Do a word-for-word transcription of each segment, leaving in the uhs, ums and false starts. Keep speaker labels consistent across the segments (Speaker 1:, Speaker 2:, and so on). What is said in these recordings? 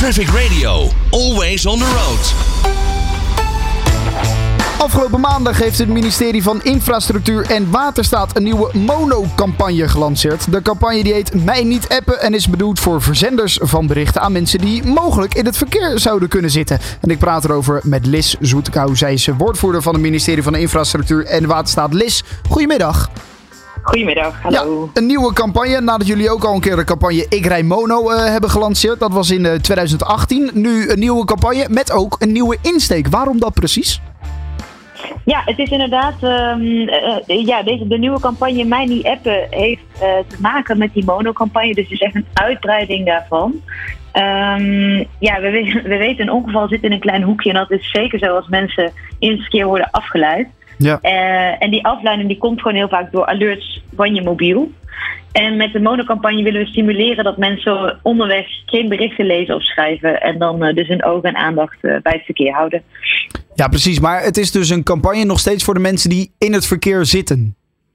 Speaker 1: Traffic Radio, always on the road.
Speaker 2: Afgelopen maandag heeft het ministerie van Infrastructuur en Waterstaat een nieuwe mono-campagne gelanceerd. De campagne die heet Mij niet appen en is bedoeld voor verzenders van berichten aan mensen die mogelijk in het verkeer zouden kunnen zitten. En ik praat erover met Lis Zoetekou. Zij is woordvoerder van het ministerie van Infrastructuur en Waterstaat. Lis, goedemiddag.
Speaker 3: Goedemiddag, hallo.
Speaker 2: Ja, een nieuwe campagne, nadat jullie ook al een keer de campagne Ik Rij Mono uh, hebben gelanceerd. Dat was in uh, twintig achttien. Nu een nieuwe campagne met ook een nieuwe insteek. Waarom dat precies?
Speaker 3: Ja, het is inderdaad, um, uh, ja, deze, de nieuwe campagne Mij niet appen heeft uh, te maken met die monocampagne. Dus het is echt een uitbreiding daarvan. Um, ja, we, we weten een ongeval zit in een klein hoekje en dat is zeker zo als mensen in het verkeer worden afgeleid. Ja. Uh, en die afleiding die komt gewoon heel vaak door alerts van je mobiel. En met de monocampagne willen we stimuleren dat mensen onderweg geen berichten lezen of schrijven. En dan uh, dus hun ogen en aandacht uh, bij het verkeer houden.
Speaker 2: Ja, precies. Maar het is dus een campagne nog steeds voor de mensen die in het verkeer zitten.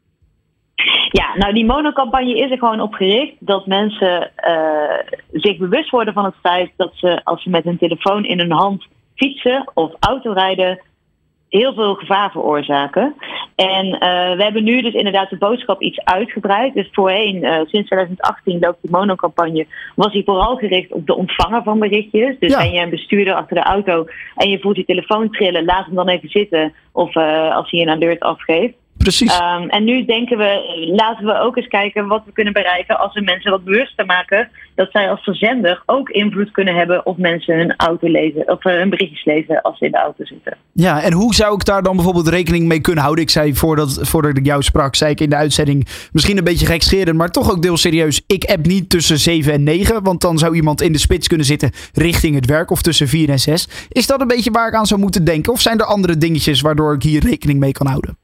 Speaker 3: Ja, nou die monocampagne is er gewoon op gericht dat mensen uh, zich bewust worden van het feit dat ze als ze met hun telefoon in hun hand fietsen of autorijden heel veel gevaar veroorzaken. En uh, we hebben nu dus inderdaad de boodschap iets uitgebreid. Dus voorheen, uh, sinds twintig achttien loopt die monocampagne, was die vooral gericht op de ontvanger van berichtjes. Dus ja. Ben je een bestuurder achter de auto en je voelt je telefoon trillen, laat hem dan even zitten. Of uh, als hij een alert afgeeft.
Speaker 2: Precies.
Speaker 3: Um, en nu denken we, laten we ook eens kijken wat we kunnen bereiken als we mensen wat bewuster maken dat zij als verzender ook invloed kunnen hebben op mensen hun auto lezen of uh, hun berichtjes lezen als ze in de auto zitten.
Speaker 2: Ja, en hoe zou ik daar dan bijvoorbeeld rekening mee kunnen houden? Ik zei voordat, voordat ik jou sprak, zei ik in de uitzending misschien een beetje gekscherend, maar toch ook deel serieus. Ik app niet tussen zeven en negen, want dan zou iemand in de spits kunnen zitten richting het werk of tussen vier en zes. Is dat een beetje waar ik aan zou moeten denken? Of zijn er andere dingetjes waardoor ik hier rekening mee kan houden?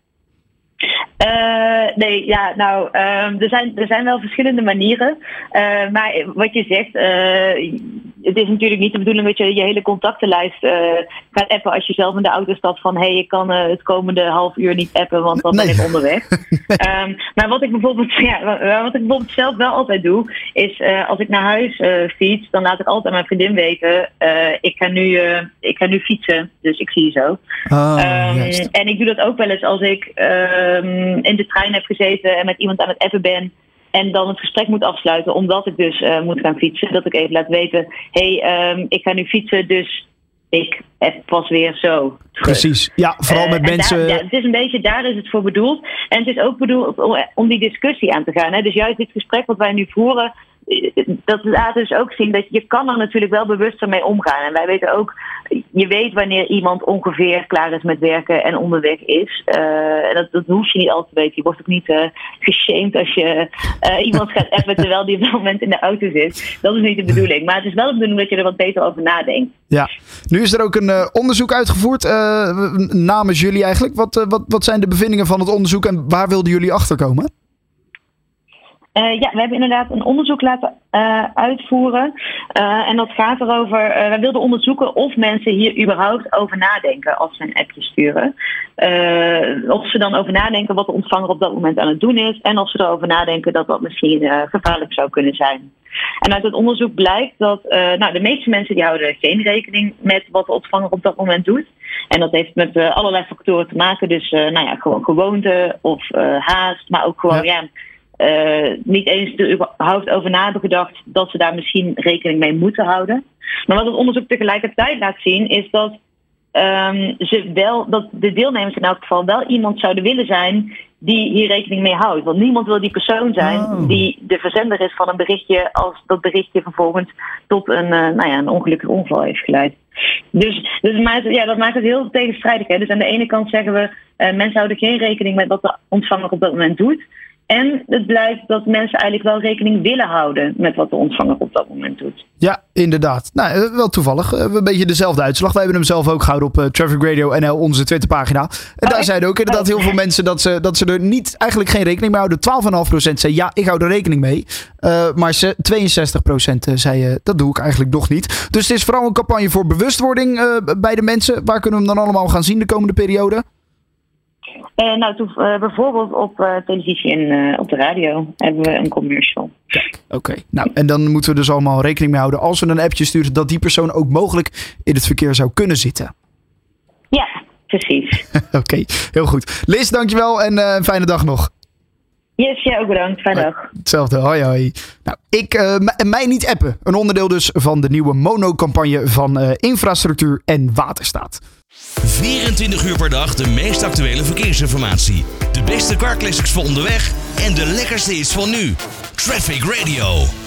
Speaker 3: Uh, nee, ja, nou, uh, er, zijn, er zijn wel verschillende manieren. Uh, maar wat je zegt, uh, het is natuurlijk niet de bedoeling dat je je hele contactenlijst uh, gaat appen als je zelf in de auto stapt van hé, hey, ik kan uh, het komende half uur niet appen, want dan nee. ben ik onderweg. nee. um, maar wat ik, bijvoorbeeld, ja, wat ik bijvoorbeeld zelf wel altijd doe, is uh, als ik naar huis uh, fiets, dan laat ik altijd aan mijn vriendin weten, uh, ik, ga nu, uh, ik ga nu fietsen, dus ik zie je zo. Oh, um, en ik doe dat ook wel eens als ik Um, in de trein heb gezeten en met iemand aan het appen ben en dan het gesprek moet afsluiten omdat ik dus uh, moet gaan fietsen. Dat ik even laat weten, hé, hey, um, ik ga nu fietsen, dus ik app pas weer zo terug. Precies, ja, vooral met uh, mensen. Daar, ja, het is een beetje, daar is het voor bedoeld. En het is ook bedoeld om, om die discussie aan te gaan. Hè. Dus juist dit gesprek wat wij nu voeren, dat laat dus ook zien dat je kan er natuurlijk wel bewuster mee omgaan. En wij weten ook, je weet wanneer iemand ongeveer klaar is met werken en onderweg is. Uh, en dat, dat hoef je niet altijd te weten. Je wordt ook niet uh, geshamed als je uh, iemand gaat appen terwijl die op dat moment in de auto zit. Dat is niet de bedoeling. Maar het is wel de bedoeling dat je er wat beter over nadenkt. Ja,
Speaker 2: nu is er ook een uh, onderzoek uitgevoerd uh, namens jullie eigenlijk. Wat, uh, wat, wat zijn de bevindingen van het onderzoek en waar wilden jullie achterkomen?
Speaker 3: Uh, ja, we hebben inderdaad een onderzoek laten uh, uitvoeren. Uh, en dat gaat erover, uh, wij wilden onderzoeken of mensen hier überhaupt over nadenken als ze een appje sturen. Uh, of ze dan over nadenken wat de ontvanger op dat moment aan het doen is. En of ze erover nadenken dat dat misschien uh, gevaarlijk zou kunnen zijn. En uit het onderzoek blijkt dat uh, nou, de meeste mensen die houden geen rekening met wat de ontvanger op dat moment doet. En dat heeft met uh, allerlei factoren te maken. Dus uh, nou ja, gewoon gewoonte of uh, haast, maar ook gewoon ja. ja Uh, niet eens er überhaupt over na hebben gedacht dat ze daar misschien rekening mee moeten houden. Maar wat het onderzoek tegelijkertijd laat zien is dat, um, ze wel, dat de deelnemers in elk geval wel iemand zouden willen zijn die hier rekening mee houdt. Want niemand wil die persoon zijn oh. die de verzender is van een berichtje als dat berichtje vervolgens tot een, uh, nou ja, een ongelukkig ongeval heeft geleid. Dus, dus maakt, ja, dat maakt het heel tegenstrijdig. Hè? Dus aan de ene kant zeggen we, uh, mensen houden geen rekening met wat de ontvanger op dat moment doet. En het blijkt dat mensen eigenlijk wel rekening willen houden met wat de ontvanger op dat moment doet.
Speaker 2: Ja, inderdaad. Nou, wel toevallig. Een beetje dezelfde uitslag. Wij hebben hem zelf ook gehouden op uh, Traffic Radio N L, onze Twitterpagina. En oh, daar zeiden ook inderdaad heel veel mensen dat ze, dat ze er niet eigenlijk geen rekening mee houden. twaalf komma vijf procent zei ja, ik hou er rekening mee. Uh, maar ze, tweeënzestig procent zei uh, dat doe ik eigenlijk nog niet. Dus het is vooral een campagne voor bewustwording uh, bij de mensen. Waar kunnen we hem dan allemaal gaan zien de komende periode?
Speaker 3: Uh, nou, toen, uh, bijvoorbeeld op uh, televisie en uh, op de radio hebben we een commercial.
Speaker 2: Oké, okay. Nou, en dan moeten we dus allemaal rekening mee houden als we een appje sturen dat die persoon ook mogelijk in het verkeer zou kunnen zitten.
Speaker 3: Ja, precies.
Speaker 2: Oké, okay, heel goed. Liz, dankjewel en uh, een fijne dag nog.
Speaker 3: Yes, jij ook bedankt. Fijne dag.
Speaker 2: Hetzelfde, hoi hoi. Nou, ik, uh, m- mij niet appen. Een onderdeel dus van de nieuwe Mono-campagne van uh, Infrastructuur en Waterstaat.
Speaker 1: vierentwintig uur per dag de meest actuele verkeersinformatie. De beste car classics voor onderweg en de lekkerste hits van nu. Traffic Radio.